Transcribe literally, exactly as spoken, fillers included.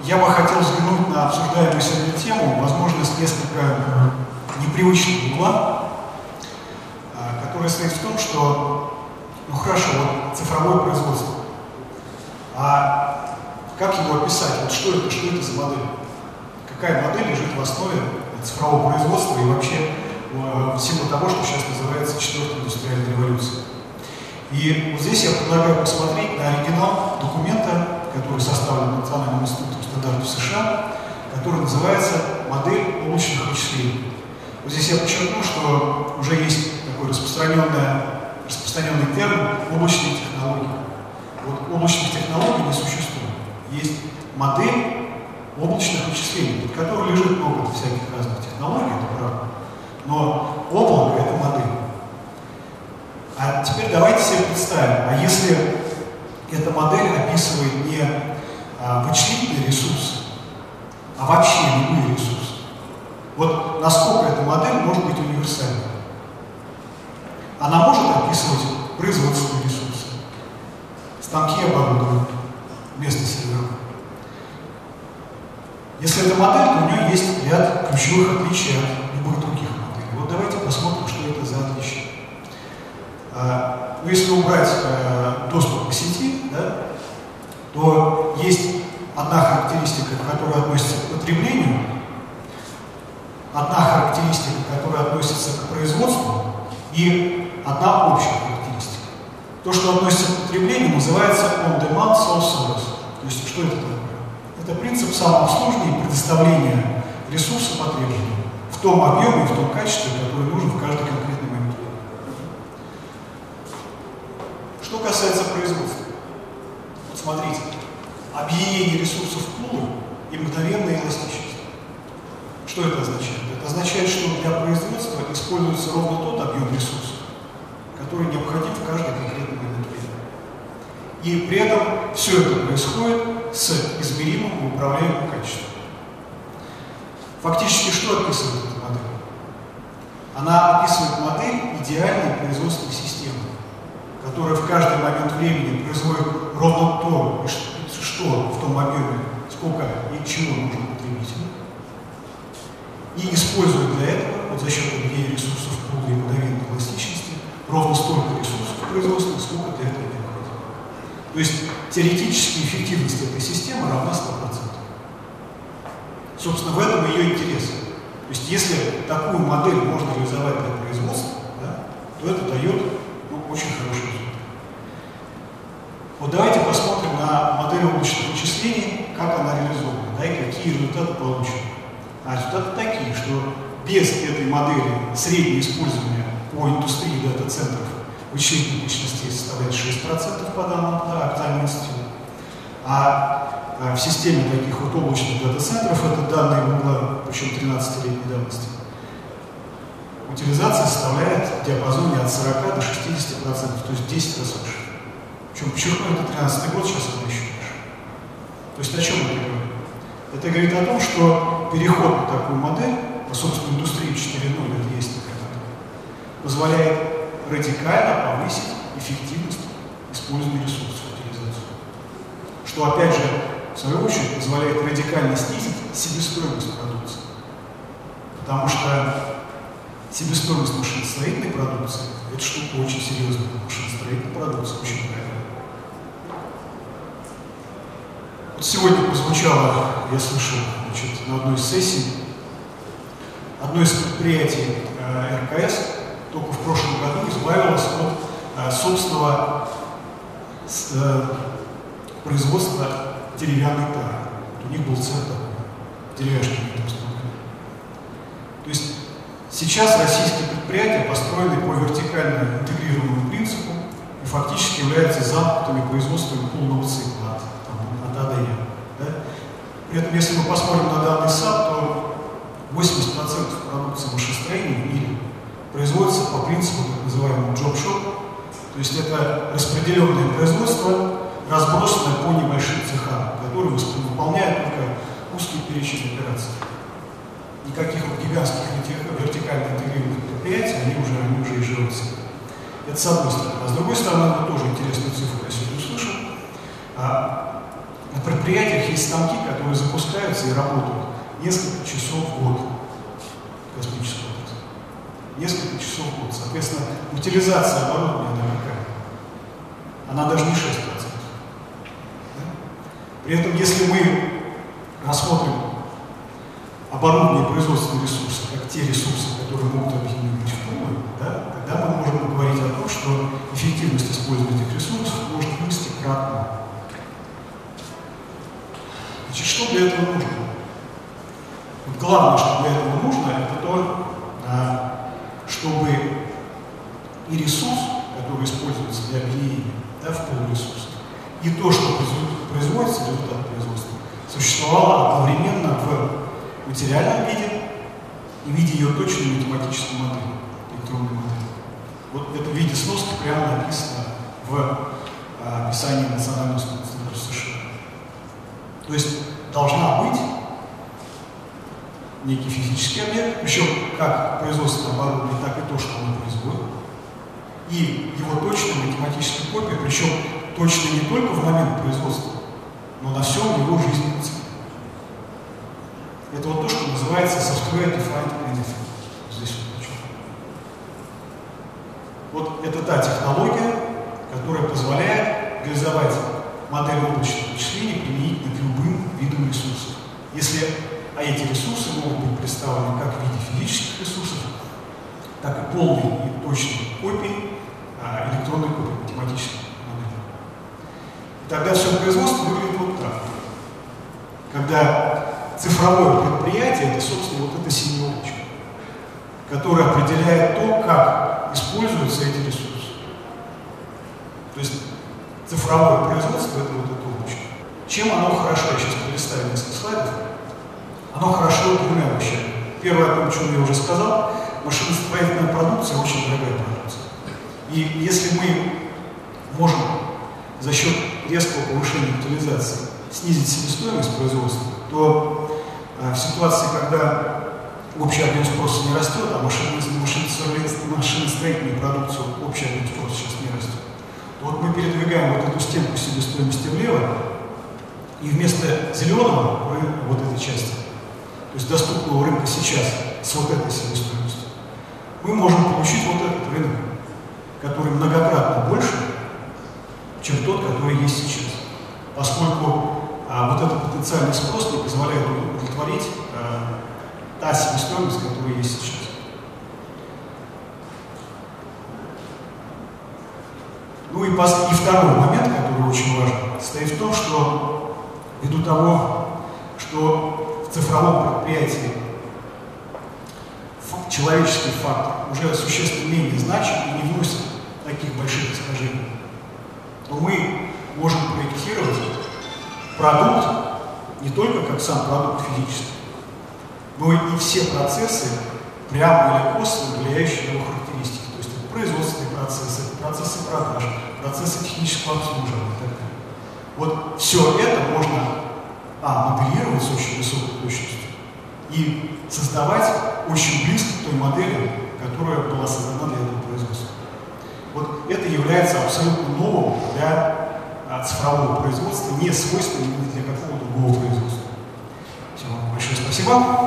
я бы хотел взглянуть на обсуждаемую сегодня тему, возможно, с несколько непривычного угла, которая стоит в том, что, ну хорошо, вот цифровое производство. А как его описать? Вот что это, что это за модель? Какая модель лежит в основе цифрового производства и вообще всего того, что сейчас называется четвертой индустриальной революцией? И вот здесь я предлагаю посмотреть на оригинал документа, который составлен Национальным институтом стандартов США, который называется «Модель облачных вычислений». Вот здесь я подчеркну, что уже есть такой распространенный, распространенный термин «облачные технологии». Вот облачных технологий не существует. Есть модель облачных вычислений, под которой лежит много всяких разных технологий, это правда. Но облако — это модель. А теперь давайте себе представим, а если эта модель описывает не а, вычислительные ресурсы, а вообще любые ресурсы, вот насколько эта модель может быть универсальной? Она может описывать производственные ресурсы, станки оборудования вместо серверов. Если это модель, то у нее есть ряд ключевых отличий от любых других моделей. Вот давайте посмотрим, что это за отличия. Ну, если убрать э, доступ к сети, да, то есть одна характеристика, которая относится к потреблению, одна характеристика, которая относится к производству, и одна общая характеристика. То, что относится к потреблению, называется on-demand self-service. То есть, что это такое? Это принцип самообслуживания и предоставления ресурса потребителю в том объеме и в том качестве, который нужен в каждый конкретный момент. Что касается производства, вот смотрите, объединение ресурсов пула и мгновенная эластичность. Что это означает? Это означает, что для производства используется ровно тот объем ресурсов, который необходим в каждый конкретный момент времени. И при этом все это происходит с измеримым и управляемым качеством. Фактически, что описывает эта модель? Она описывает модель идеальной производственной системы, которая в каждый момент времени производит ровно то, что в том объеме, сколько и чего нужно потребителю, и использует для этого, вот за счет объединения ресурсов пула и мгновенной эластичности, ровно столько ресурсов производства, сколько для этого необходимо. То есть теоретически эффективность этой системы равна ста процентам. Собственно, в этом ее интерес. То есть если такую модель можно реализовать для производства, да, то это дает ну, очень хороший результат. Вот давайте посмотрим на модель облачных вычислений, как она реализована, да, и какие результаты получены. А результаты такие, что без этой модели среднее использование по индустрии дата-центров вычислительных мощностей составляет шесть процентов по данным да, Актуального института. А, а в системе таких вот облачных дата-центров, это данные Гугла, причем тринадцатилетней давности, утилизация составляет в диапазоне от сорока до шестидесяти процентов, то есть в десять раз выше. Причем, подчеркну, это тринадцатый год, сейчас это еще выше. То есть о чем это говорит? Это говорит о том, что переход на такую модель, по собственной индустрии четыре ноль, это есть такая модель, позволяет радикально повысить эффективность использования ресурсов утилизации. Что, опять же, в свою очередь, позволяет радикально снизить себестоимость продукции. Потому что себестоимость машиностроительной продукции – это штука очень серьезная. Машиностроительная продукция очень дорогая. Вот сегодня прозвучало, я слышал, значит, на одной из сессий, одно из предприятий э, эр ка эс только в прошлом году избавилось от э, собственного с, э, производства деревянной тары. Вот у них был цех такой, деревяшки. То есть сейчас российские предприятия построены по вертикально интегрированному принципу и фактически являются замкнутыми производствами полного цикла от, там, от А до Я. Да? При этом, если мы посмотрим на данный САП, то восемьдесят процентов продукции машиностроения в мире производится по принципу так называемого job-shop, то есть это распределенное производство, разбросанное по небольшим цехам, которые выполняют только узкий перечень операций. Никаких вот гигантских вертикально интегрированных предприятий, они уже, они уже изживают себя. Это с одной стороны. А с другой стороны, вот тоже интересную цифру я сегодня услышал. А, это предприятиях есть станки, которые запускаются и работают несколько часов в год. Космического образа. Несколько часов в год. Соответственно, утилизация оборудования она какая? Она даже не шесть процентов. Да? При этом, если мы рассмотрим оборудование и производственные ресурсы как те ресурсы, которые могут объединить в пулы, да, тогда мы можем говорить о том, что эффективность использования этих ресурсов может вырасти кратно. Значит, что для этого нужно? Вот главное, что для этого нужно, это то, чтобы и ресурс, который используется для объединения, да, в полуресурсах, и то, что производится, результат производства, существовало одновременно в материальном виде и в виде ее точной математической модели, электронной модели. Вот это в виде сноски прямо написано в а, описании Национального института США. То есть должна быть некий физический объект, причем как производственное оборудование, так и то, что оно производит, и его точная математическая копия, причем точно не только в момент производства, но на всем его жизненном цикле. Это вот то, что называется software defined anything. Здесь вот, вот это та технология, которая позволяет реализовать модель облачных вычислений применительно к любым видам ресурсов. Если, а эти ресурсы могут быть представлены как в виде физических ресурсов, так и полной и точной копии, а, электронной копии математической модели. И тогда все производство выглядит вот так. Когда цифровое предприятие — это, собственно, вот эта семиочка, которая определяет то, как используются эти ресурсы. То есть цифровое производство — это вот это облачко. Чем оно хорошо? Я сейчас пролистаю несколько слайдов. Оно хорошо двумя вещами. Первое, о том, о чем я уже сказал, машиностроительная продукция очень дорогая продукция. И если мы можем за счет резкого повышения утилизации снизить себестоимость производства, то э, в ситуации, когда общий объем спроса не растет, а машиностроительную продукцию общий объем спроса сейчас не растет, то вот мы передвигаем вот эту стенку себестоимости влево, и вместо зеленого вот этой части, то есть доступного рынка сейчас с вот этой себестоимостью, мы можем получить вот этот рынок, который многократно больше, чем тот, который есть сейчас. Поскольку а, вот этот потенциальный спрос не позволяет удовлетворить а, та себестоимость, которая есть сейчас. Ну и, пос... и второй момент, который очень важен, состоит в том, что ввиду того, что в цифровом предприятии человеческий фактор уже существенно менее значим и не вносит таких больших искажений, то мы можем проектировать продукт не только как сам продукт физический, но и все процессы, прямо или косвенно влияющие на его характеристики. То есть это производственные процессы, это процессы продаж, процессы технического обслуживания и так далее. Вот все это можно а, моделировать с очень высокой точностью и создавать очень близко к той модели, которая была создана для этого производства. Вот это является абсолютно новым для а, цифрового производства, не свойственным для какого-то другого производства. Всем вам большое спасибо.